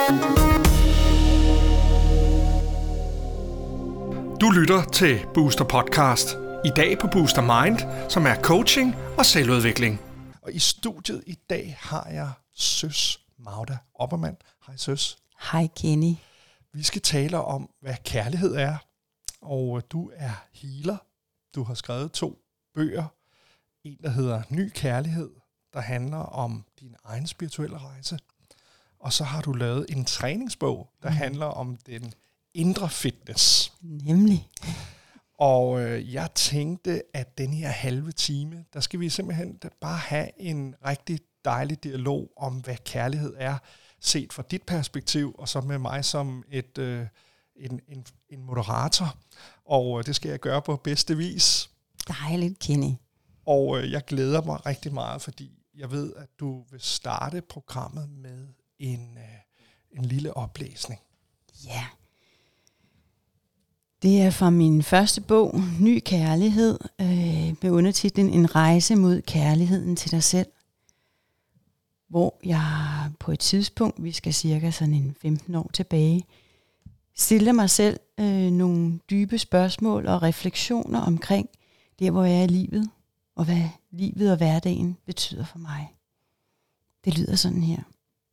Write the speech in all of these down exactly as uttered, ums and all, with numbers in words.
Du lytter til Booster Podcast. I dag på Booster Mind, som er coaching og selvudvikling. Og i studiet i dag har jeg Søs Magda Oppermann. Hej Søs. Hej Kenny. Vi skal tale om, hvad kærlighed er. Og du er healer. Du har skrevet to bøger. En, der hedder Ny Kærlighed, der handler om din egen spirituelle rejse. Og så har du lavet en træningsbog, der mm. handler om den indre fitness. Nemlig. Og øh, jeg tænkte, at den her halve time, der skal vi simpelthen bare have en rigtig dejlig dialog om, hvad kærlighed er, set fra dit perspektiv, og så med mig som et, øh, en, en, en moderator. Og øh, det skal jeg gøre på bedste vis. Dejligt, Kenny. Og øh, jeg glæder mig rigtig meget, fordi jeg ved, at du vil starte programmet med en, øh, en lille oplæsning. Ja. Det er fra min første bog, Ny Kærlighed, øh, med undertitlen En rejse mod kærligheden til dig selv. Hvor jeg på et tidspunkt, vi skal cirka sådan en femten år tilbage, stiller mig selv øh, nogle dybe spørgsmål og refleksioner omkring det, hvor jeg er i livet, og hvad livet og hverdagen betyder for mig. Det lyder sådan her.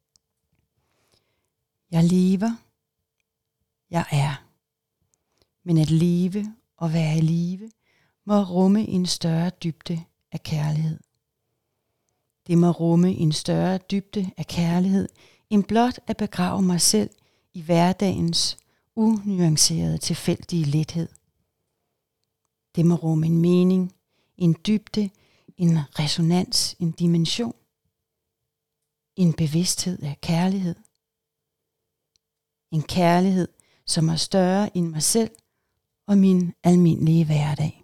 Jeg lever. Jeg er. Men at leve og være i live må rumme en større dybde af kærlighed. Det må rumme en større dybde af kærlighed, end blot at begrave mig selv i hverdagens unuancerede tilfældige lethed. Det må rumme en mening, en dybde, en resonans, en dimension, en bevidsthed af kærlighed. En kærlighed, som er større end mig selv og min almindelige hverdag.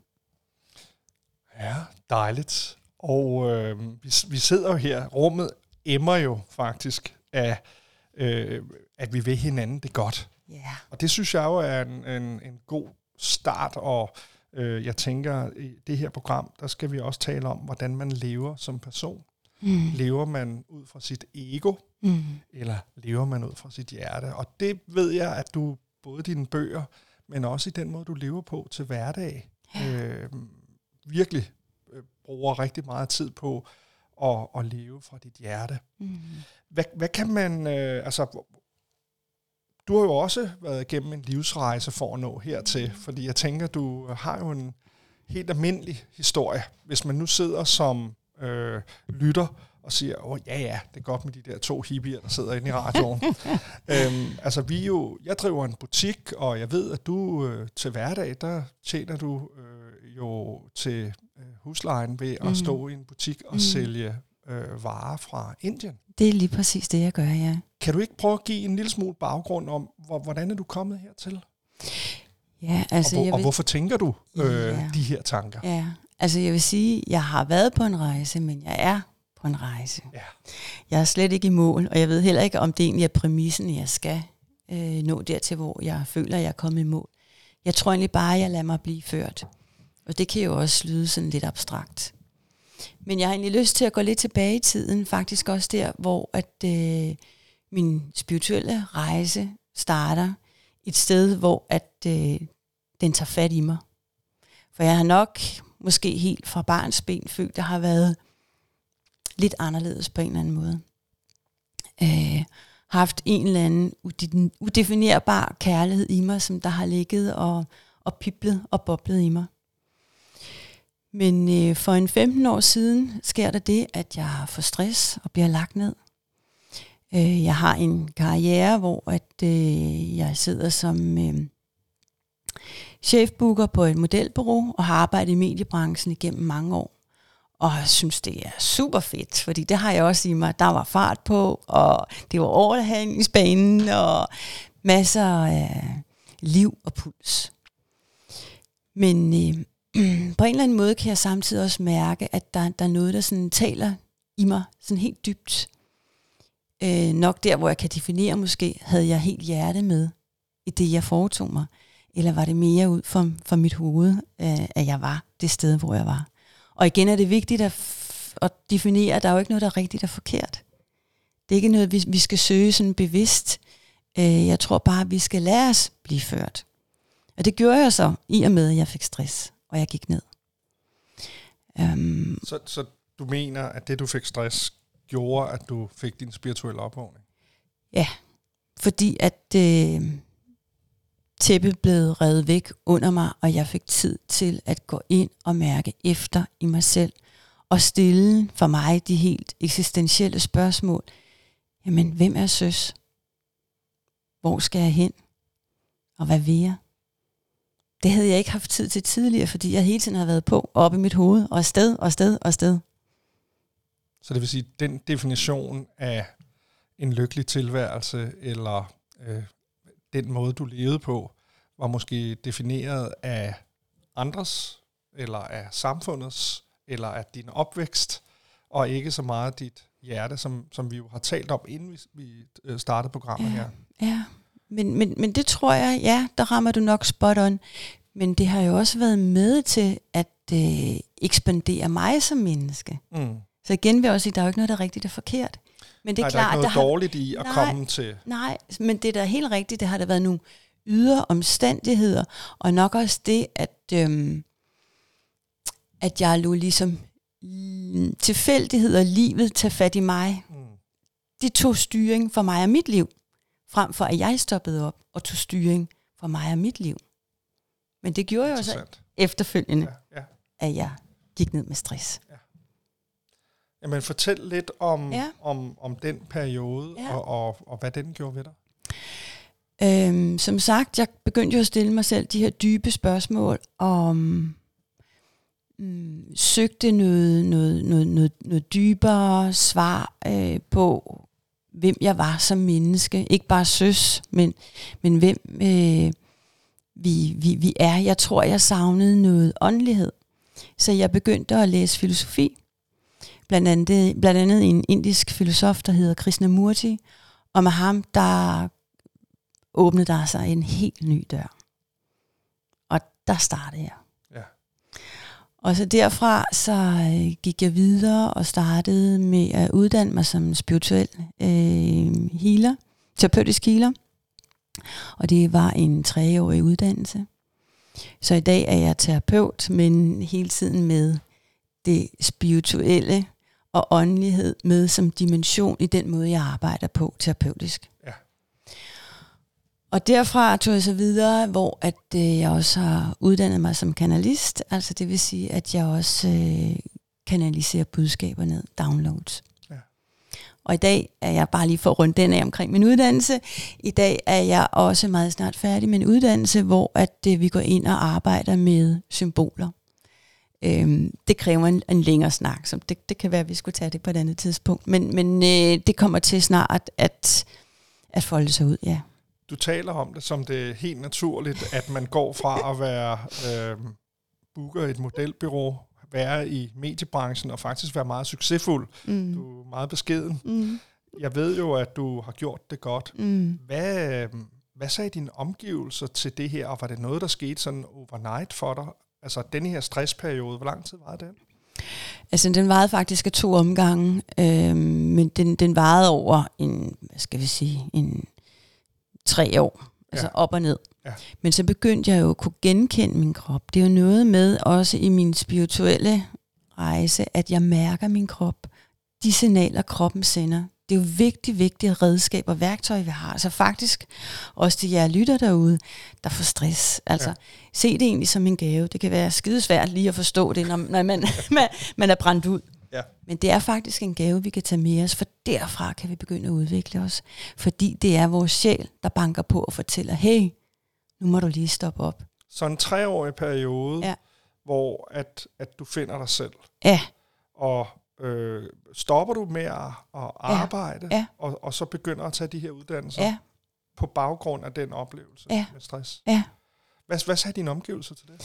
Ja, dejligt. Og øh, vi, vi sidder jo her, rummet emmer jo faktisk af, øh, at vi vil hinanden det godt. Yeah. Og det synes jeg jo er en, en, en god start, og øh, jeg tænker, i det her program, der skal vi også tale om, hvordan man lever som person. Mm. Lever man ud fra sit ego, mm. eller lever man ud fra sit hjerte? Og det ved jeg, at du både i dine bøger, men også i den måde, du lever på til hverdag, ja. øh, virkelig øh, bruger rigtig meget tid på at, at leve fra dit hjerte. Mm. Hvad, hvad kan man, øh, altså, du har jo også været igennem en livsrejse for at nå hertil, mm. fordi jeg tænker, du har jo en helt almindelig historie. Hvis man nu sidder som øh, lytter og siger, åh ja ja, det er godt med de der to hippier, der sidder inde i radioen. øhm, altså vi jo, jeg driver en butik, og jeg ved, at du øh, til hverdag, der tjener du øh, jo til øh, huslejen ved at mm. stå i en butik og mm. sælge øh, varer fra Indien. Det er lige præcis det, jeg gør, ja. Kan du ikke prøve at give en lille smule baggrund om, hvor, hvordan er du kommet hertil? Ja, altså... Og, hvor, jeg vil... og hvorfor tænker du øh, ja. de her tanker? Ja, altså jeg vil sige, jeg har været på en rejse, men jeg er på en rejse. Ja. Jeg er slet ikke i mål, og jeg ved heller ikke, om det egentlig er præmissen, jeg skal øh, nå dertil, hvor jeg føler, jeg er kommet i mål. Jeg tror egentlig bare, at jeg lader mig blive ført. Og det kan jo også lyde sådan lidt abstrakt. Men jeg har egentlig lyst til at gå lidt tilbage i tiden, faktisk også der, hvor at, øh, min spirituelle rejse starter et sted, hvor at, øh, den tager fat i mig. For jeg har nok, måske helt fra barnsben, følt, at jeg har været lidt anderledes på en eller anden måde. Øh, haft en eller anden udefinerbar kærlighed i mig, som der har ligget og, og piblet og boblet i mig. Men øh, for en femten år siden sker der det, at jeg får stress og bliver lagt ned. Øh, jeg har en karriere, hvor at, øh, jeg sidder som øh, chefbooker på et modelbureau og har arbejdet i mediebranchen igennem mange år. Og jeg synes, det er super fedt, fordi det har jeg også i mig. Der var fart på, og det var overhandlingsbanen, og masser af liv og puls. Men øh, på en eller anden måde kan jeg samtidig også mærke, at der, der er noget, der sådan taler i mig sådan helt dybt. Øh, nok der, hvor jeg kan definere måske, havde jeg helt hjerte med i det, jeg foretog mig. Eller var det mere ud fra, fra mit hoved, øh, at jeg var det sted, hvor jeg var. Og igen er det vigtigt at, f- at definere, at der er jo ikke noget, der er rigtigt og forkert. Det er ikke noget, vi, vi skal søge sådan bevidst. Øh, jeg tror bare, at vi skal lade os blive ført. Og det gjorde jeg så, i og med, at jeg fik stress, og jeg gik ned. Um, så, så du mener, at det, du fik stress, gjorde, at du fik din spirituelle opvågning? Ja, fordi at øh, tæppet blev revet væk under mig, og jeg fik tid til at gå ind og mærke efter i mig selv, og stille for mig de helt eksistentielle spørgsmål. Jamen, hvem er søs? Hvor skal jeg hen? Og hvad vil jeg? Det havde jeg ikke haft tid til tidligere, fordi jeg hele tiden har været på, oppe i mit hoved, og afsted, og afsted, og afsted. Så det vil sige, den definition af en lykkelig tilværelse, eller øh, den måde, du levede på, var måske defineret af andres, eller af samfundets, eller af din opvækst, og ikke så meget dit hjerte, som, som vi jo har talt om, inden vi, vi startede programmet ja, her. Ja, men, men, men det tror jeg, ja, der rammer du nok spot on. Men det har jo også været med til at øh, ekspandere mig som menneske. Mm. Så igen vil jeg også sige, der er jo ikke noget, der er rigtigt og forkert. Men det er nej, klart, der er ikke noget der dårligt i at nej, komme til. Nej, men det der er helt rigtigt, det har der været nogle ydre omstændigheder, og nok også det, at, øhm, at jeg lå ligesom tilfældigheder livet tage fat i mig. Mm. De tog styring for mig og mit liv, frem for at jeg stoppede op og tog styring for mig og mit liv. Men det gjorde jo også efterfølgende, ja, ja. at jeg gik ned med stress. Ja. Jamen fortæl lidt om, ja. om, om den periode, ja. og, og, og hvad den gjorde ved dig. Øhm, som sagt, jeg begyndte jo at stille mig selv de her dybe spørgsmål, om mm, søgte noget, noget, noget, noget, noget dybere svar øh, på, hvem jeg var som menneske. Ikke bare søs, men, men hvem øh, vi, vi, vi er. Jeg tror, jeg savnede noget åndelighed. Så jeg begyndte at læse filosofi. Blandt andet, blandt andet en indisk filosof, der hedder Krishnamurti. Og med ham, der åbnede der sig en helt ny dør. Og der startede jeg. Ja. Og så derfra, så gik jeg videre og startede med at uddanne mig som spirituel øh, healer, terapeutisk healer. Og det var en treårig uddannelse. Så i dag er jeg terapeut, men hele tiden med det spirituelle og åndelighed med som dimension i den måde, jeg arbejder på terapeutisk. Ja. Og derfra tog jeg så videre, hvor at, øh, jeg også har uddannet mig som kanalist, altså det vil sige, at jeg også øh, kanaliserer budskaber ned, downloads. Ja. Og i dag er jeg, bare lige for at runde den af omkring min uddannelse, i dag er jeg også meget snart færdig med en uddannelse, hvor at, øh, vi går ind og arbejder med symboler. Øhm, det kræver en, en længere snak, så det, det kan være, at vi skulle tage det på et andet tidspunkt. Men, men øh, det kommer til snart at, at folde sig ud, ja. Du taler om det som det er helt naturligt, at man går fra at være øh, booker i et modelbureau, være i mediebranchen og faktisk være meget succesfuld. Mm. Du er meget beskeden. Mm. Jeg ved jo, at du har gjort det godt. Mm. Hvad, hvad sagde dine omgivelser til det her, og var det noget, der skete sådan overnight for dig? Altså denne her stressperiode, hvor lang tid var den? Altså den varede faktisk af to omgange, øh, men den, den varede over en, hvad skal vi sige, en tre år, altså ja. op og ned. Ja. Men så begyndte jeg jo at kunne genkende min krop. Det er jo noget med, også i min spirituelle rejse, at jeg mærker min krop. De signaler, kroppen sender. Det er jo vigtigt, vigtige redskaber og værktøjer, vi har. Så faktisk, også til jer lytter derude, der får stress. Altså, ja. se det egentlig som en gave. Det kan være skidesvært lige at forstå det, når, når man, man, man er brændt ud. Ja. Men det er faktisk en gave, vi kan tage med os, for derfra kan vi begynde at udvikle os. Fordi det er vores sjæl, der banker på og fortæller, hey, nu må du lige stoppe op. Så en treårig periode, ja. hvor at, at du finder dig selv. Ja. Og øh, stopper du med at, at arbejde, ja. Ja. Og, og så begynder at tage de her uddannelser ja. på baggrund af den oplevelse ja. med stress. Ja. Hvad, hvad sagde dine omgivelser til det?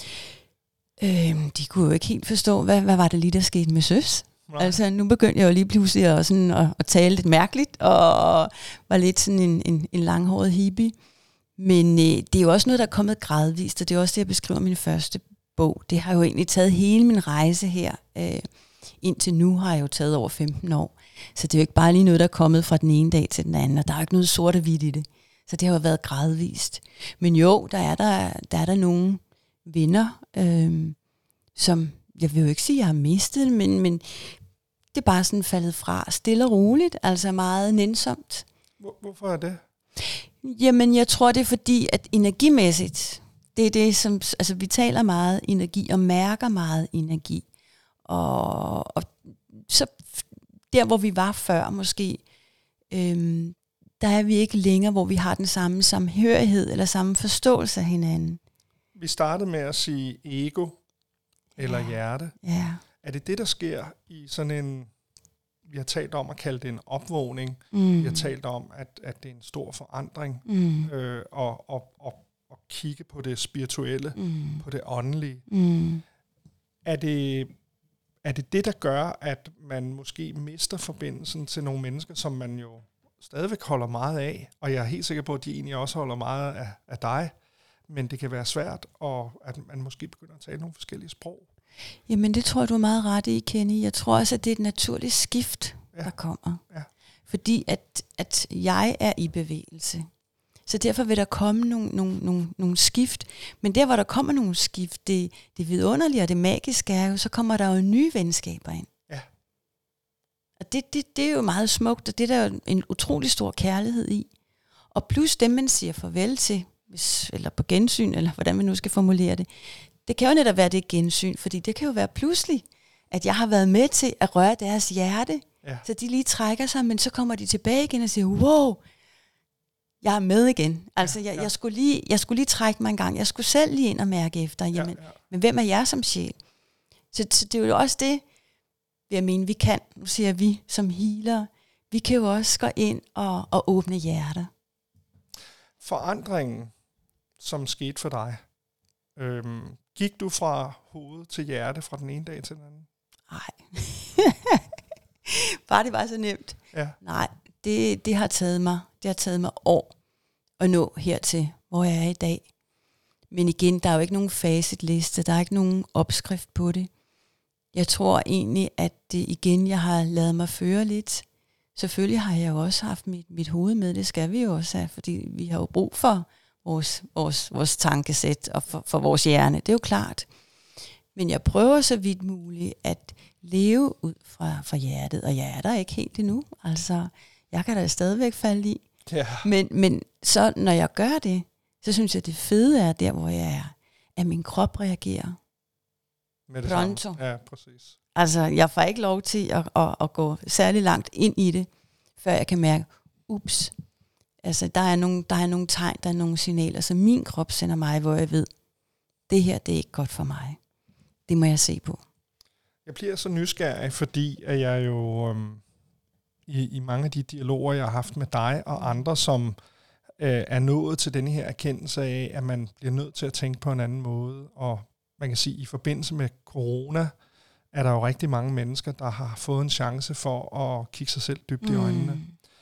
Øhm, de kunne jo ikke helt forstå, hvad, hvad var det lige, der skete med søs. Nej. Altså, nu begyndte jeg jo lige pludselig at, sådan, at, at tale lidt mærkeligt, og var lidt sådan en, en, en langhåret hippie. Men øh, det er jo også noget, der er kommet gradvist, og det er også det, jeg beskriver i min første bog. Det har jo egentlig taget hele min rejse her. Øh, indtil nu har jeg jo taget over femten år. Så det er jo ikke bare lige noget, der er kommet fra den ene dag til den anden, og der er ikke noget sort og hvidt i det. Så det har jo været gradvist. Men jo, der er der, der, er der nogle venner, øh, som, jeg vil jo ikke sige, at jeg har mistet, men, men det er bare sådan faldet fra, stille og roligt, altså meget nænsomt. Hvor, hvorfor er det? Jamen, jeg tror, det er fordi, at energimæssigt, det er det, som, altså vi taler meget energi, og mærker meget energi. Og, og så der, hvor vi var før måske, øhm, der er vi ikke længere, hvor vi har den samme samhørighed, eller samme forståelse af hinanden. Vi startede med at sige ego, eller ja. hjerte. Ja. Er det det, der sker i sådan en, vi har talt om at kalde det en opvågning, Mm. vi har talt om, at, at det er en stor forandring, Mm. øh, og, og, og, og kigge på det spirituelle, Mm. på det åndelige. Mm. Er det, er det det, der gør, at man måske mister forbindelsen til nogle mennesker, som man jo stadigvæk holder meget af, og jeg er helt sikker på, at de egentlig også holder meget af, af dig, men det kan være svært, og at man måske begynder at tale nogle forskellige sprog? Jamen det tror jeg, du er meget ret i, Kenny. Jeg tror også, at det er et naturligt skift, Ja. der kommer. Ja. Fordi at, at jeg er i bevægelse. Så derfor vil der komme nogle, nogle, nogle, nogle skift. Men der, hvor der kommer nogle skift, det, det vidunderlige og det magiske er jo, så kommer der jo nye venskaber ind. Ja. Og det, det, det er jo meget smukt, og det er der jo en utrolig stor kærlighed i. Og plus dem, man siger farvel til, hvis, eller på gensyn, eller hvordan vi nu skal formulere det, det kan jo netop være det gensyn, fordi det kan jo være pludselig, at jeg har været med til at røre deres hjerte, Ja. så de lige trækker sig, men så kommer de tilbage igen og siger, wow, jeg er med igen. Altså, jeg, ja. jeg, skulle lige, jeg skulle lige trække mig en gang. Jeg skulle selv lige ind og mærke efter. Jamen, Ja, ja. men hvem er jeg som sjæl? Så, så det er jo også det, jeg mener, vi kan, nu siger vi som healer, vi kan jo også gå ind og, og åbne hjerter. Forandringen, som skete for dig, øhm, gik du fra hoved til hjerte fra den ene dag til den anden? Nej. Bare det var så nemt. Ja. Nej, det, det har taget mig, det har taget mig år at nå hertil, hvor jeg er i dag. Men igen, der er jo ikke nogen facitliste, der er ikke nogen opskrift på det. Jeg tror egentlig, at det igen, jeg har ladet mig føre lidt. Selvfølgelig har jeg jo også haft mit, mit hoved med, det skal vi jo også have, fordi vi har jo brug for vores, vores, vores tankesæt og for, for vores hjerne, det er jo klart. Men jeg prøver så vidt muligt at leve ud fra, fra hjertet, og jeg er der ikke helt endnu. Altså, jeg kan da stadigvæk falde i. Ja. Men, men så når jeg gør det, så synes jeg, det fede er der, hvor jeg er, at min krop reagerer. Med det Pronto. samme. Ja, præcis. Altså, jeg får ikke lov til at, at, at gå særlig langt ind i det, før jeg kan mærke, ups, altså, der er, nogle, der er nogle tegn, der er nogle signaler, som min krop sender mig, hvor jeg ved, det her, det er ikke godt for mig. Det må jeg se på. Jeg bliver så nysgerrig, fordi at jeg jo øhm, i, i mange af de dialoger, jeg har haft med dig og andre, som øh, er nået til denne her erkendelse af, at man bliver nødt til at tænke på en anden måde. Og man kan sige, at i forbindelse med corona, er der jo rigtig mange mennesker, der har fået en chance for at kigge sig selv dybt mm. i øjnene.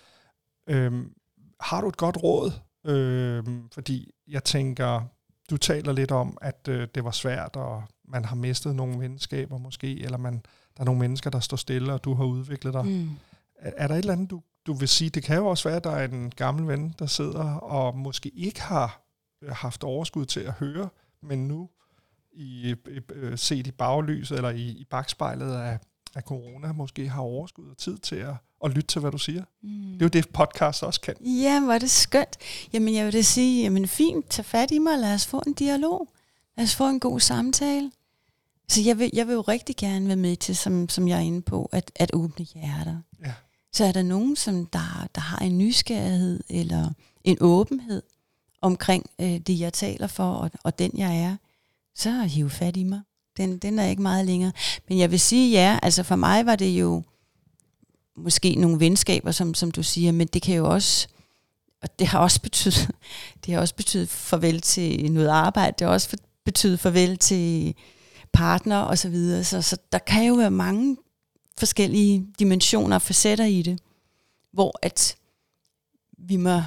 Øhm, har du et godt råd? Øhm, fordi jeg tænker, du taler lidt om, at øh, det var svært, og man har mistet nogle venskaber måske, eller man, der er nogle mennesker, der står stille, og du har udviklet dig. Mm. Er, er der et eller andet, du, du vil sige? Det kan jo også være, at der er en gammel ven, der sidder og måske ikke har haft overskud til at høre, men nu i, i, set i baglyset, eller i, i bagspejlet af, af corona, måske har overskud og tid til at, at lytte til, hvad du siger. Mm. Det er jo det, podcast også kan. Ja, hvor er det skønt. Jamen, jeg vil da sige, jamen fint, tag fat i mig, og lad os få en dialog. Lad os få en god samtale. Så jeg vil, jeg vil jo rigtig gerne være med til, som, som jeg er inde på, at, at åbne hjerter. Ja. Så er der nogen, som der, der har en nysgerrighed, eller en åbenhed omkring øh, det, jeg taler for, og, og den, jeg er, så hiv fat i mig. Den, den er ikke meget længere. Men jeg vil sige, ja, altså for mig var det jo måske nogle venskaber, som, som du siger, men det kan jo også, og det har også betydet, det har også betydet farvel til noget arbejde, det har også betydet farvel til partner og så videre. Så, så der kan jo være mange forskellige dimensioner og facetter i det, hvor at vi må,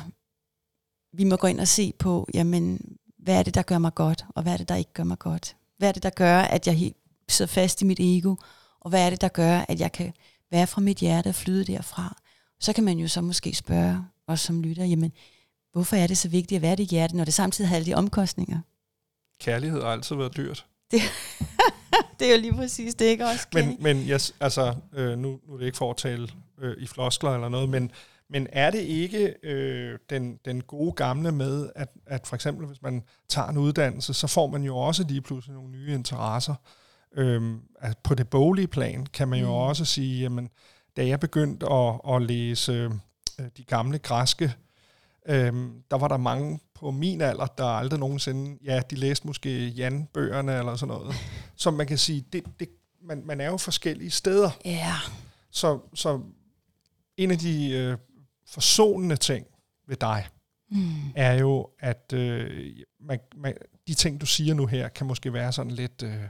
vi må gå ind og se på, jamen, hvad er det, der gør mig godt, og hvad er det, der ikke gør mig godt? Hvad er det, der gør, at jeg sidder fast i mit ego, og hvad er det, der gør, at jeg kan være fra mit hjerte og flyde derfra? Så kan man jo så måske spørge os som lytter, jamen, hvorfor er det så vigtigt at være det hjerte, når det samtidig har alle de omkostninger? Kærlighed har altid været dyrt. Det, det er jo lige præcis det, ikke også? Men, men yes, altså, øh, nu, nu er det ikke for at tale øh, i floskler eller noget, men, men er det ikke øh, den, den gode gamle med, at, at for eksempel hvis man tager en uddannelse, så får man jo også lige pludselig nogle nye interesser. Øhm, altså på det boglige plan kan man jo mm. også sige, jamen, da jeg begyndte at, at læse øh, de gamle græske, øh, der var der mange på min alder, der aldrig nogensinde, ja, de læste måske Jan-bøgerne eller sådan noget. Så man kan sige, det, det, man, man er jo forskellige steder. Yeah. Så, så en af de øh, forsonende ting ved dig, mm. er jo, at øh, man, man, de ting, du siger nu her, kan måske være sådan lidt... Øh,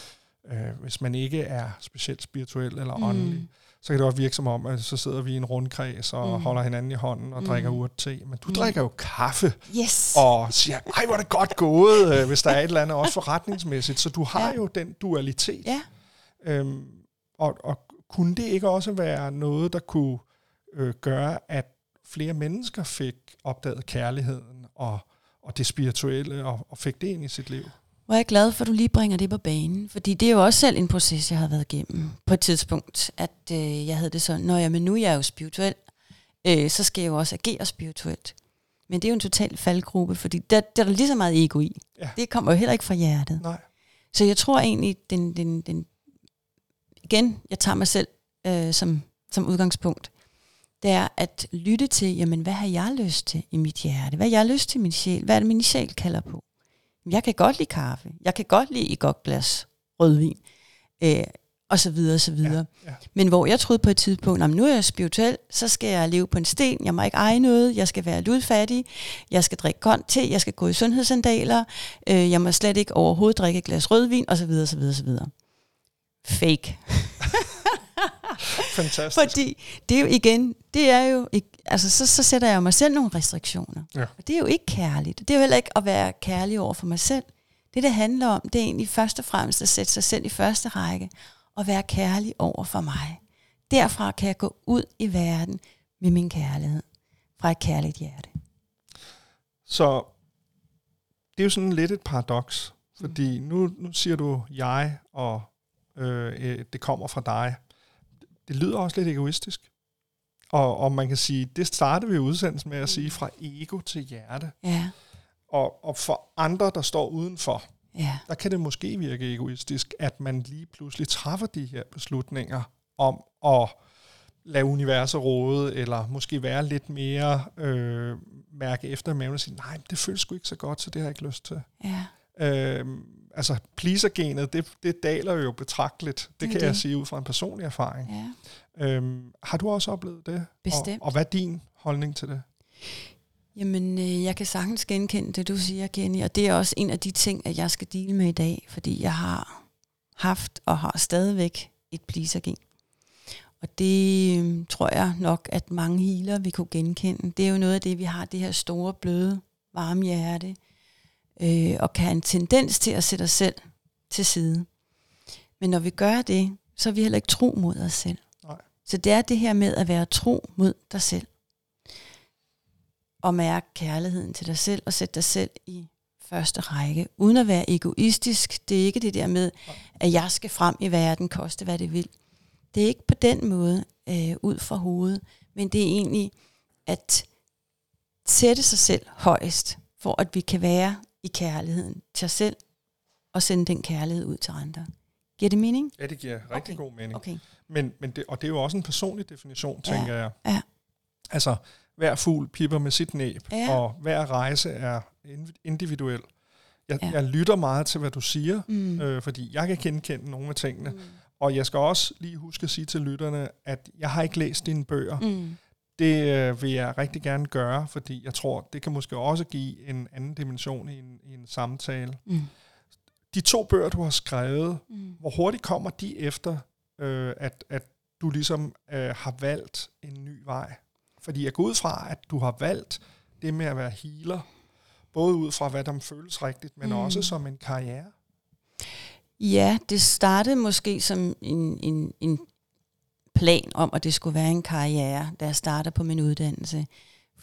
Øh, hvis man ikke er specielt spirituel eller åndelig, mm. så kan det også virke som om, at så sidder vi i en rundkreds og mm. holder hinanden i hånden og mm. drikker urte-te. Men du mm. drikker jo kaffe yes. og siger, ej, hvor er det godt gået, øh, hvis der er et eller andet også forretningsmæssigt. Så du har ja. jo den dualitet. Ja. Øhm, og, og kunne det ikke også være noget, der kunne øh, gøre, at flere mennesker fik opdaget kærligheden og, og det spirituelle og, og fik det ind i sit liv? Hvor er jeg glad for, at du lige bringer det på banen. Fordi det er jo også selv en proces, jeg har været igennem på et tidspunkt. At øh, jeg havde det sådan, når jeg, men nu er jeg jo spirituel, øh, så skal jeg jo også agere spirituelt. Men det er jo en total faldgruppe, fordi der, der er der lige så meget ego i. Ja. Det kommer jo heller ikke fra hjertet. Nej. Så jeg tror egentlig, den, den, den igen, jeg tager mig selv øh, som, som udgangspunkt, det er at lytte til, jamen hvad har jeg lyst til i mit hjerte? Hvad har jeg lyst til i min sjæl? Hvad er det, min sjæl kalder på? Jeg kan godt lide kaffe. Jeg kan godt lide et godt glas rødvin. Øh, og så videre, og så videre. Ja, ja. Men hvor jeg troede på et tidspunkt, nu er jeg spirituel, så skal jeg leve på en sten, jeg må ikke eje noget, jeg skal være ludfattig, jeg skal drikke grønt te, jeg skal gå i sundhedssandaler, øh, jeg må slet ikke overhovedet drikke et glas rødvin, og så videre, og så videre, og så videre. Fake. Fantastisk. Fordi det er jo igen, det er jo ikke, altså så, så sætter jeg mig selv nogle restriktioner. Ja. Og det er jo ikke kærligt. Det er jo heller ikke at være kærlig over for mig selv. Det, det handler om, det er egentlig først og fremmest at sætte sig selv i første række og være kærlig over for mig. Derfra kan jeg gå ud i verden med min kærlighed. Fra et kærligt hjerte. Så det er jo sådan lidt et paradoks. Fordi nu, nu siger du jeg, og øh, det kommer fra dig. Det lyder også lidt egoistisk. Og, og man kan sige, det startede vi udsendelsen med at sige, fra ego til hjerte. Ja. Og, og for andre, der står udenfor, ja. der kan det måske virke egoistisk, at man lige pludselig træffer de her beslutninger om at lade universet råde, eller måske være lidt mere øh, mærke efter maven og sige, nej, det føles sgu ikke så godt, så det har jeg ikke lyst til. Ja. Øh, altså, pleaser-genet, det, det daler jo betragteligt. Det, det kan det. jeg sige ud fra en personlig erfaring. Ja. Øhm, har du også oplevet det? Bestemt. Og, og hvad er din holdning til det? Jamen, øh, jeg kan sagtens genkende det, du siger, Kenny, og det er også en af de ting, at jeg skal deale med i dag, fordi jeg har haft og har stadigvæk et pleaser-gen. Og det øh, tror jeg nok, at mange healer vil kunne genkende. Det er jo noget af det, vi har, det her store, bløde, varme hjerte, øh, og kan have en tendens til at sætte os selv til side. Men når vi gør det, så er vi heller ikke tro mod os selv. Så det er det her med at være tro mod dig selv. Og mærke kærligheden til dig selv, og sætte dig selv i første række, uden at være egoistisk. Det er ikke det der med, at jeg skal frem i verden, koste hvad det vil. Det er ikke på den måde øh, ud fra hovedet, men det er egentlig at sætte sig selv højest, for at vi kan være i kærligheden til os selv, og sende den kærlighed ud til andre. Giver det mening? Ja, det giver rigtig okay. god mening. Okay. Men, men det, og det er jo også en personlig definition, ja. tænker jeg. Ja. Altså, hver fugl pipper med sit næb, ja. og hver rejse er individuel. Jeg, ja. jeg lytter meget til, hvad du siger, mm. øh, fordi jeg kan genkende nogle af tingene. Mm. Og jeg skal også lige huske at sige til lytterne, at jeg har ikke læst dine bøger. Mm. Det øh, vil jeg rigtig gerne gøre, fordi jeg tror, det kan måske også give en anden dimension i en, i en samtale. Mm. De to bøger, du har skrevet, mm. hvor hurtigt kommer de efter, øh, at, at du ligesom øh, har valgt en ny vej? Fordi jeg går ud fra, at du har valgt det med at være healer, både ud fra, hvad der føles rigtigt, men mm. også som en karriere. Ja, det startede måske som en, en, en plan om, at det skulle være en karriere, da jeg startede på min uddannelse.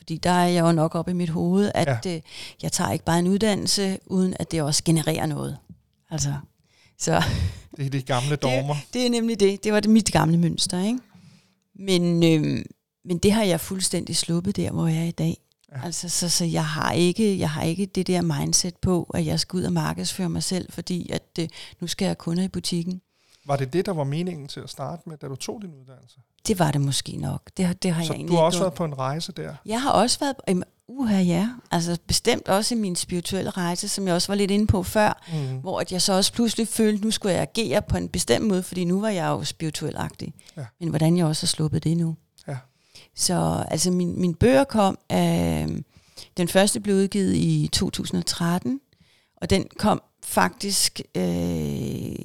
Fordi der er jeg jo nok op i mit hoved, at ja. øh, jeg tager ikke bare en uddannelse, uden at det også genererer noget. Altså, så det er de gamle dogmer. det, det er nemlig det. Det var det mit gamle mønster, ikke? Men, øh, men det har jeg fuldstændig sluppet der, hvor jeg er i dag. Ja. Altså, så, så jeg har ikke, jeg har ikke det der mindset på, at jeg skal ud og markedsføre mig selv, fordi at øh, nu skal jeg have kunder i butikken. Var det det, der var meningen til at starte med, da du tog din uddannelse? Det var det måske nok. Det, det har så jeg du har også været på en rejse der? Jeg har også været, uha ja, altså bestemt også i min spirituelle rejse, som jeg også var lidt inde på før, mm. hvor at jeg så også pludselig følte, nu skulle jeg agere på en bestemt måde, fordi nu var jeg jo spirituelagtig. Ja. Men hvordan jeg også har sluppet det nu. Ja. Så altså min, min bøger kom, øh, den første blev udgivet i to tusind og tretten, og den kom faktisk... Øh,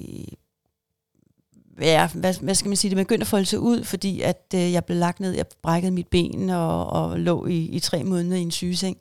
Ja, hvad, hvad skal man sige, det begyndte at folde sig ud, fordi at øh, jeg blev lagt ned, jeg brækkede mit ben og, og lå i, i tre måneder i en sygeseng.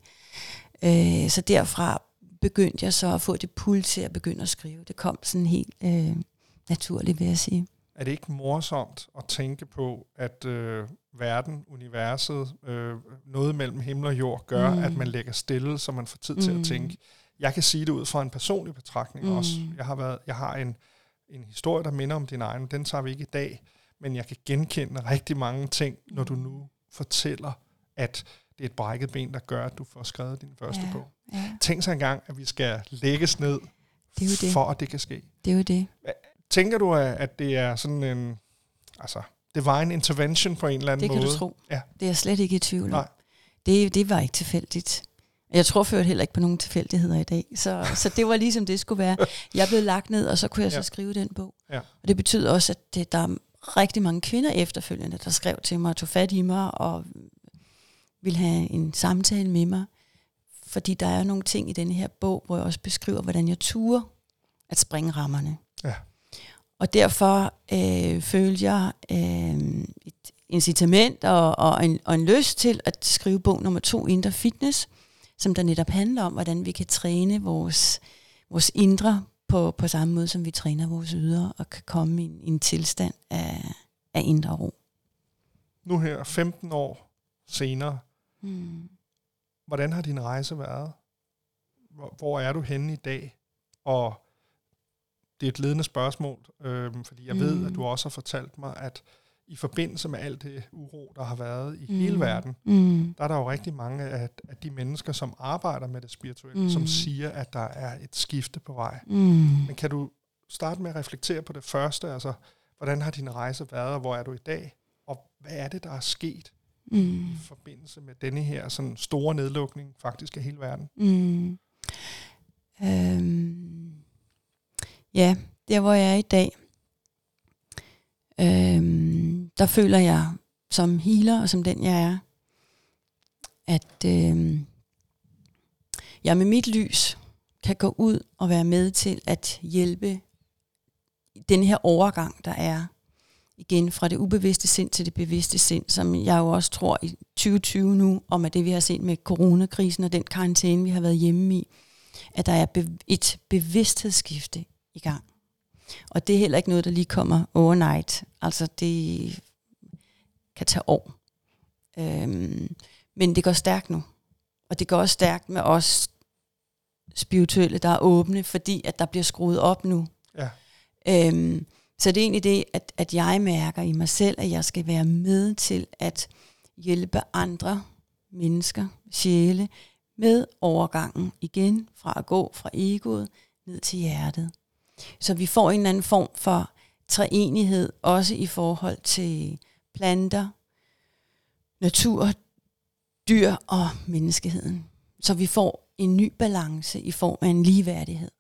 Øh, så derfra begyndte jeg så at få det puls til at begynde at skrive. Det kom sådan helt øh, naturligt, vil jeg sige. Er det ikke morsomt at tænke på, at øh, verden, universet, øh, noget mellem himmel og jord, gør, mm. at man lægger stille, så man får tid mm. til at tænke? Jeg kan sige det ud fra en personlig betragtning mm. også. Jeg har, været, jeg har en... en historie, der minder om din egen. Den tager vi ikke i dag, men jeg kan genkende rigtig mange ting, når du nu fortæller, at det er et brækket ben, der gør, at du får skrevet din første ja, bog. Ja. Tænk så engang, at vi skal lægges ned, det er jo det. For at det kan ske. Det er jo det. Tænker du, at det er sådan en altså, divine intervention på en eller anden måde? Det kan måde? Du tro. Ja. Det er jeg slet ikke i tvivl om. Nej. Det, det var ikke tilfældigt. Jeg tror ført heller ikke på nogen tilfældigheder i dag. Så, så det var ligesom det skulle være. Jeg blev lagt ned, og så kunne jeg ja. så skrive den bog. Ja. Og det betyder også, at det, der er rigtig mange kvinder efterfølgende, der skrev til mig og tog fat i mig og ville have en samtale med mig. Fordi der er nogle ting i denne her bog, hvor jeg også beskriver, hvordan jeg turer at springe rammerne. Ja. Og derfor øh, følte jeg øh, et incitament og, og, en, og en lyst til at skrive bog nummer to, Indre Fitness, som der netop handler om, hvordan vi kan træne vores, vores indre på, på samme måde, som vi træner vores ydre, og kan komme i en, i en tilstand af, af indre ro. Nu her, femten år senere, hmm. hvordan har din rejse været? Hvor, hvor er du henne i dag? Og det er et ledende spørgsmål, øh, fordi jeg hmm. ved, at du også har fortalt mig, at i forbindelse med alt det uro, der har været i mm. hele verden, mm. der er der jo rigtig mange af, af de mennesker, som arbejder med det spirituelle, mm. som siger, at der er et skifte på vej. Mm. Men kan du starte med at reflektere på det første? Altså, hvordan har din rejse været, og hvor er du i dag? Og hvad er det, der er sket mm. i forbindelse med denne her sådan store nedlukning faktisk af hele verden? Mm. Øhm. Ja, der hvor jeg er i dag, Øhm, der føler jeg som healer, og som den jeg er, at øhm, jeg med mit lys kan gå ud og være med til at hjælpe den her overgang, der er igen fra det ubevidste sind til det bevidste sind, som jeg jo også tror i tyve tyve nu, om at det vi har set med coronakrisen og den karantæne, vi har været hjemme i, at der er be- et bevidsthedsskifte i gang. Og det er heller ikke noget, der lige kommer overnight. Altså det kan tage år. Øhm, men det går stærkt nu. Og det går også stærkt med os spirituelle, der er åbne, fordi at der bliver skruet op nu. Ja. Øhm, så det er egentlig det, at, at jeg mærker i mig selv, at jeg skal være med til at hjælpe andre mennesker, sjæle, med overgangen igen fra at gå fra egoet ned til hjertet. Så vi får en eller anden form for treenighed, også i forhold til planter, natur, dyr og menneskeheden. Så vi får en ny balance i form af en ligeværdighed.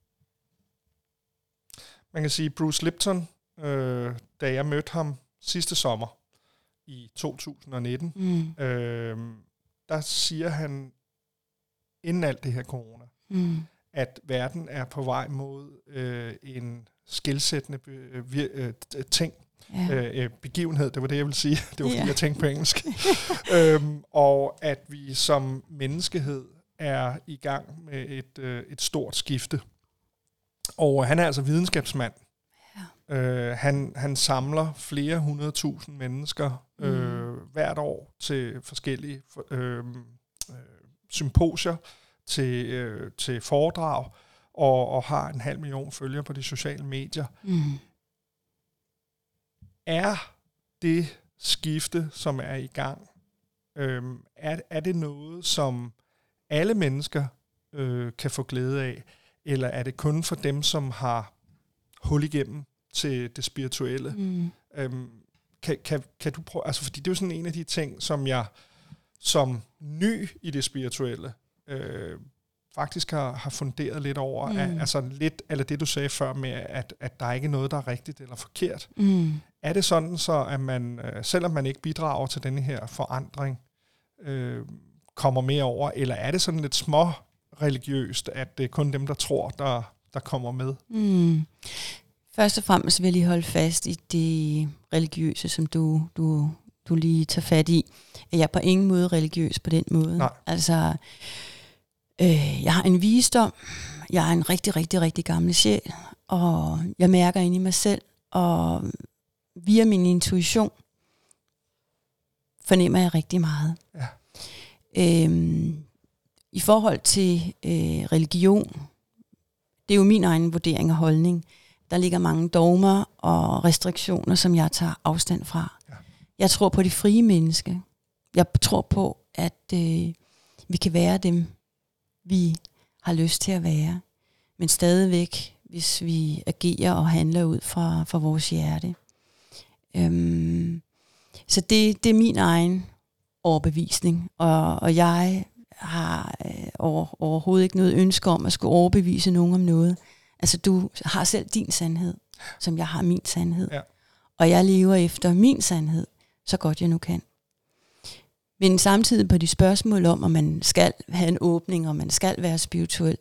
Man kan sige, Bruce Lipton, øh, da jeg mødte ham sidste sommer i to tusind og nitten, mm. øh, der siger han, inden alt det her corona, mm. at verden er på vej mod øh, en skelsættende be, øh, ting, ja. øh, begivenhed, det var det, jeg ville sige. Det var fordi, ja. jeg tænkte på engelsk. øhm, og at vi som menneskehed er i gang med et, øh, et stort skifte. Og han er altså videnskabsmand. Ja. Øh, han, han samler flere hundrede tusind mennesker øh, mm. hvert år til forskellige øh, øh, symposier, til, øh, til foredrag, og, og har en halv million følgere på de sociale medier. Mm. Er det skifte, som er i gang, øh, er, er det noget, som alle mennesker øh, kan få glæde af, eller er det kun for dem, som har hul igennem til det spirituelle? Mm. Øhm, kan, kan, kan du prøve, altså fordi det er jo sådan en af de ting, som jeg som ny i det spirituelle øh, faktisk har, har funderet lidt over, mm. at, altså lidt, eller det du sagde før med, at, at der ikke er noget, der er rigtigt eller forkert. Mm. Er det sådan så, at man, øh, selvom man ikke bidrager til denne her forandring, øh, kommer mere over, eller er det sådan lidt små religiøst, at det er kun dem, der tror, der, der kommer med? Mm. Først og fremmest vil jeg lige holde fast i det religiøse, som du, du, du lige tager fat i. Jeg er på ingen måde religiøs på den måde. Nej. Altså, øh, jeg har en visdom, jeg er en rigtig, rigtig, rigtig gammel sjæl, og jeg mærker ind i mig selv, og via min intuition fornemmer jeg rigtig meget. Ja. Øhm, I forhold til øh, religion, det er jo min egen vurdering og holdning. Der ligger mange dogmer og restriktioner, som jeg tager afstand fra. Ja. Jeg tror på det frie menneske. Jeg tror på, at øh, vi kan være dem, vi har lyst til at være. Men stadigvæk, hvis vi agerer og handler ud fra, fra vores hjerte. Øhm, så det, det er min egen overbevisning. Og, og jeg har øh, over, overhovedet ikke noget ønske om at skulle overbevise nogen om noget. Altså, du har selv din sandhed, som jeg har min sandhed. Ja. Og jeg lever efter min sandhed, så godt jeg nu kan. Men samtidig på de spørgsmål om, om man skal have en åbning, og man skal være spirituel.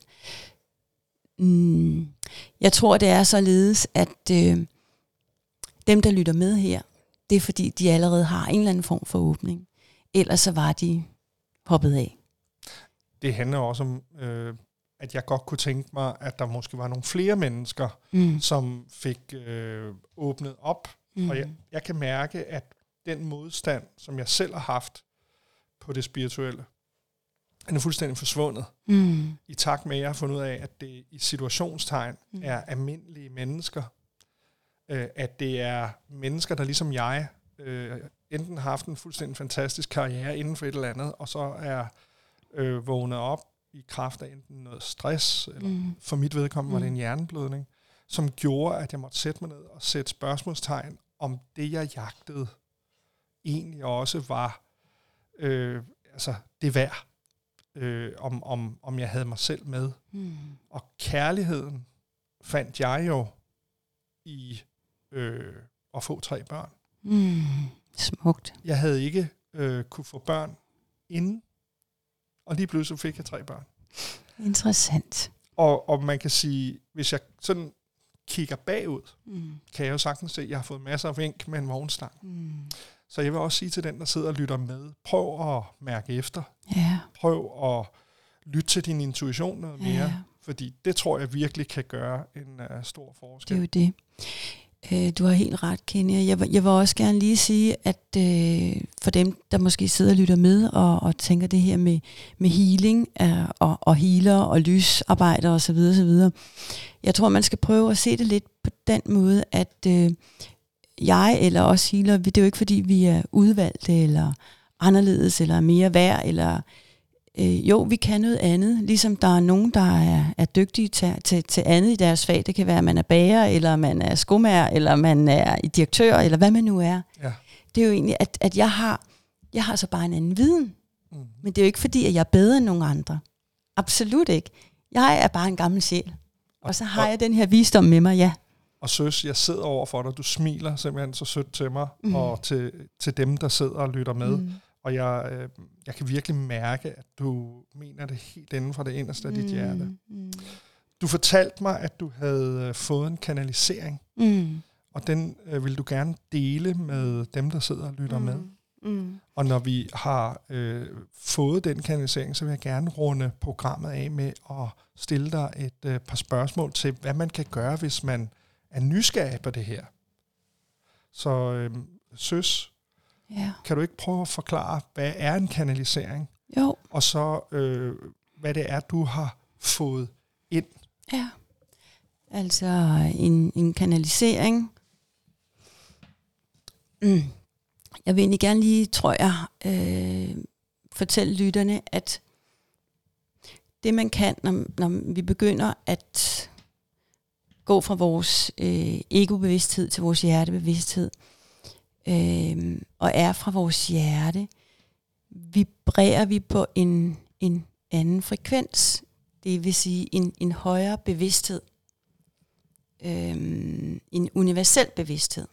Mm, jeg tror, det er således, at øh, dem, der lytter med her, det er fordi, de allerede har en eller anden form for åbning. Ellers så var de hoppet af. Det handler også om... Øh at jeg godt kunne tænke mig, at der måske var nogle flere mennesker, mm. som fik øh, åbnet op. Mm. Og jeg, jeg kan mærke, at den modstand, som jeg selv har haft på det spirituelle, den er fuldstændig forsvundet. Mm. I takt med, at jeg har fundet ud af, at det i situationstegn mm. er almindelige mennesker. Øh, at det er mennesker, der ligesom jeg, øh, enten har haft en fuldstændig fantastisk karriere inden for et eller andet, og så er øh, vågnet op i kraft af enten noget stress, eller mm. for mit vedkommende var det en hjerneblødning, som gjorde, at jeg måtte sætte mig ned og sætte spørgsmålstegn, om det, jeg jagtede, egentlig også var øh, altså det værd, øh, om, om, om jeg havde mig selv med. Mm. Og kærligheden fandt jeg jo i øh, at få tre børn. Mm. Smukt. Jeg havde ikke øh, kunne få børn inden, og lige pludselig fik jeg tre børn. Interessant. Og, og man kan sige, hvis jeg sådan kigger bagud, mm. kan jeg jo sagtens se, at jeg har fået masser af vink med en vognstang. Mm. Så jeg vil også sige til den, der sidder og lytter med, prøv at mærke efter. Yeah. Prøv at lytte til din intuition noget mere, yeah. fordi det tror jeg virkelig kan gøre en uh, stor forskel. Det er jo det. Du har helt ret, Kenya. Jeg, jeg vil også gerne lige sige, at øh, for dem, der måske sidder og lytter med og, og tænker det her med, med healing øh, og, og healer og lysarbejder osv. osv. Jeg tror, man skal prøve at se det lidt på den måde, at øh, jeg eller os healer, det er jo ikke fordi, vi er udvalgte eller anderledes eller mere værd eller... Øh, jo, vi kan noget andet, ligesom der er nogen, der er, er dygtige til, til, til andet i deres fag. Det kan være, at man er bager, eller man er skomager, eller man er direktør, eller hvad man nu er. Ja. Det er jo egentlig, at, at jeg har jeg har så bare en anden viden. Mm. Men det er jo ikke fordi, at jeg er bedre end nogen andre. Absolut ikke. Jeg er bare en gammel sjæl. Og så har og, jeg den her visdom med mig, ja. Og søs, jeg sidder over for dig. Du smiler simpelthen så sødt til mig, mm. og til, til dem, der sidder og lytter med. Mm. Og jeg, øh, jeg kan virkelig mærke, at du mener det helt inden fra det inderste af dit hjerte. Mm. Du fortalte mig, at du havde fået en kanalisering, mm. og den øh, vil du gerne dele med dem, der sidder og lytter mm. med. Mm. Og når vi har øh, fået den kanalisering, så vil jeg gerne runde programmet af med at stille dig et øh, par spørgsmål til, hvad man kan gøre, hvis man er nysgerrig på det her. Så øh, søs, Ja. Kan du ikke prøve at forklare, hvad er en kanalisering? Jo. Og så, øh, hvad det er, du har fået ind? Ja. Altså, en, en kanalisering. Mm. Jeg vil egentlig gerne lige, tror jeg, øh, fortælle lytterne, at det man kan, når, når vi begynder at gå fra vores øh, ego-bevidsthed til vores hjertebevidsthed, øh, og er fra vores hjerte, vibrerer vi på en, en anden frekvens, det vil sige en, en højere bevidsthed, øh, en universel bevidsthed.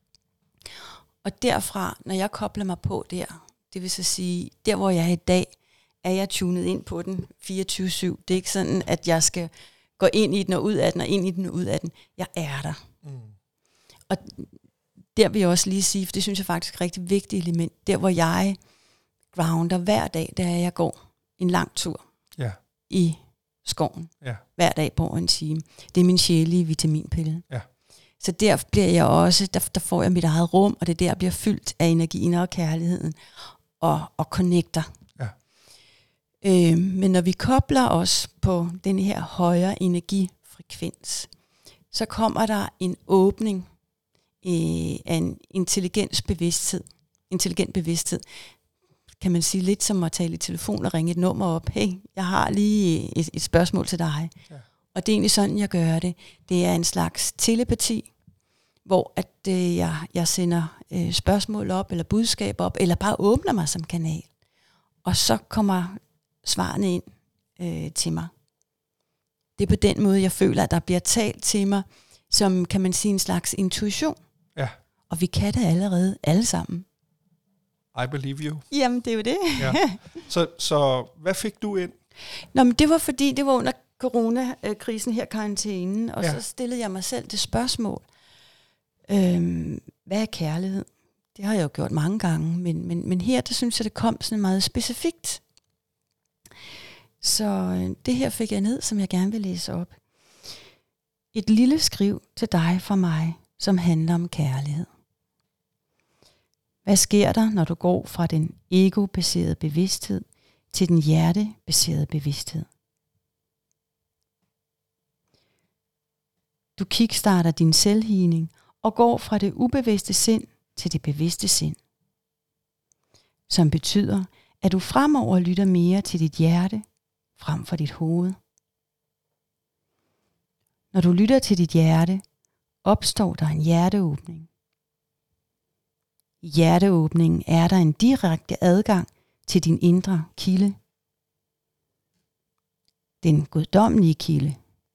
Og derfra, når jeg kobler mig på der, det vil så sige, der hvor jeg er i dag, er jeg tunet ind på den fireogtyve syv. Det er ikke sådan, at jeg skal gå ind i den og ud af den, og ind i den og ud af den. Jeg er der. Mm. Og der vil jeg også lige sige, for det synes jeg faktisk er et rigtig vigtigt element, der hvor jeg grounder hver dag, der jeg går en lang tur ja. i skoven. Ja. Hver dag på en time. Det er min sjælige vitaminpille. Ja. Så der bliver jeg også, der, der får jeg mit eget rum, og det er der, jeg bliver fyldt af energien og kærligheden, og, og connecter. Ja. Øh, men når vi kobler os på den her højere energifrekvens, så kommer der en åbning øh, af en intelligens bevidsthed. Intelligent bevidsthed. Kan man sige lidt som at tale i telefon og ringe et nummer op. Hey, jeg har lige et, et spørgsmål til dig. Ja. Og det er egentlig sådan, jeg gør det. Det er en slags telepati, hvor at, øh, jeg, jeg sender øh, spørgsmål op, eller budskab op, eller bare åbner mig som kanal. Og så kommer svarene ind øh, til mig. Det er på den måde, jeg føler, at der bliver talt til mig, som kan man sige en slags intuition. Ja. Og vi kan det allerede alle sammen. I believe you. Jamen, det er jo det. Ja. Så, så hvad fik du ind? Nå, men det var fordi, det var under coronakrisen her, karantænen, og ja. Så stillede jeg mig selv det spørgsmål. Øhm, hvad er kærlighed? Det har jeg jo gjort mange gange, men, men, men her, der synes jeg, det kom sådan meget specifikt. Så øh, det her fik jeg ned, som jeg gerne vil læse op. Et lille skriv til dig fra mig, som handler om kærlighed. Hvad sker der, når du går fra den ego-baserede bevidsthed til den hjertebaserede bevidsthed? Du kickstarter din selvhealing og går fra det ubevidste sind til det bevidste sind. Som betyder, at du fremover lytter mere til dit hjerte frem for dit hoved. Når du lytter til dit hjerte, opstår der en hjerteåbning. I hjerteåbningen er der en direkte adgang til din indre kilde. Den guddommelige kilde.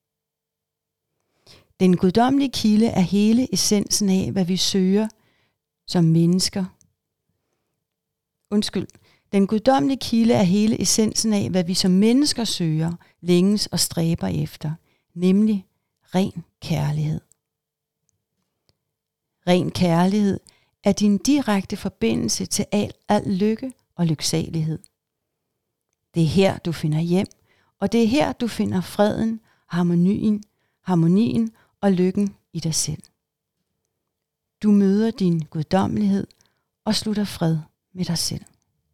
Den guddommelige kilde er hele essensen af, hvad vi søger som mennesker. Undskyld. Den guddommelige kilde er hele essensen af, hvad vi som mennesker søger, længes og stræber efter, nemlig ren kærlighed. Ren kærlighed er din direkte forbindelse til al, al lykke og lyksalighed. Det er her, du finder hjem, og det er her, du finder freden, harmonien, harmonien og lykken i dig selv. Du møder din guddommelighed og slutter fred med dig selv.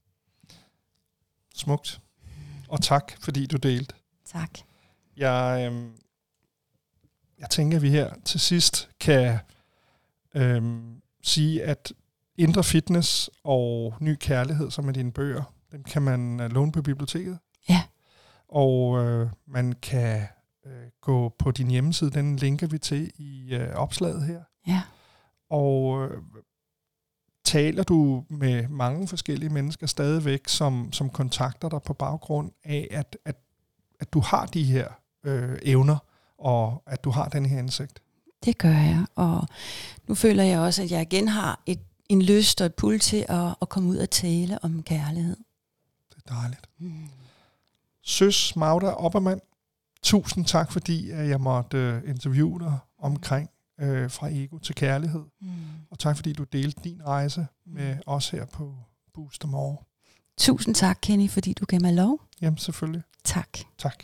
Smukt. Og tak, fordi du delte. Tak. Jeg, øh, jeg tænker, at vi her til sidst kan øh, sige, at Indre Fitness og Ny Kærlighed, som er dine bøger, dem kan man uh, låne på biblioteket. Ja. Og øh, man kan øh, gå på din hjemmeside, den linker vi til i øh, opslaget her. Ja. Og øh, taler du med mange forskellige mennesker stadigvæk, som, som kontakter dig på baggrund af, at, at, at du har de her øh, evner, og at du har den her indsigt? Det gør jeg, og nu føler jeg også, at jeg igen har et, en lyst og et pull til at, at komme ud og tale om kærlighed. Det er dejligt. Mm. Søs Magda Oppermann, tusind tak, fordi jeg måtte interviewe dig omkring øh, fra ego til kærlighed. Mm. Og tak, fordi du delte din rejse med os her på Booster More. Tusind tak, Kenny, fordi du gav mig lov. Jamen, selvfølgelig. Tak. Tak.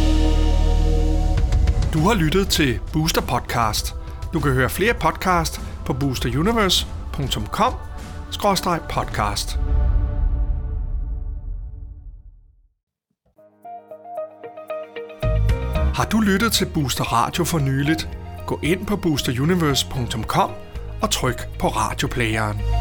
Du har lyttet til Booster Podcast. Du kan høre flere podcast på booster universe punktum com skråstreg podcast. Har du lyttet til Booster Radio for nyligt? Gå ind på booster universe punktum com og tryk på radioplayeren.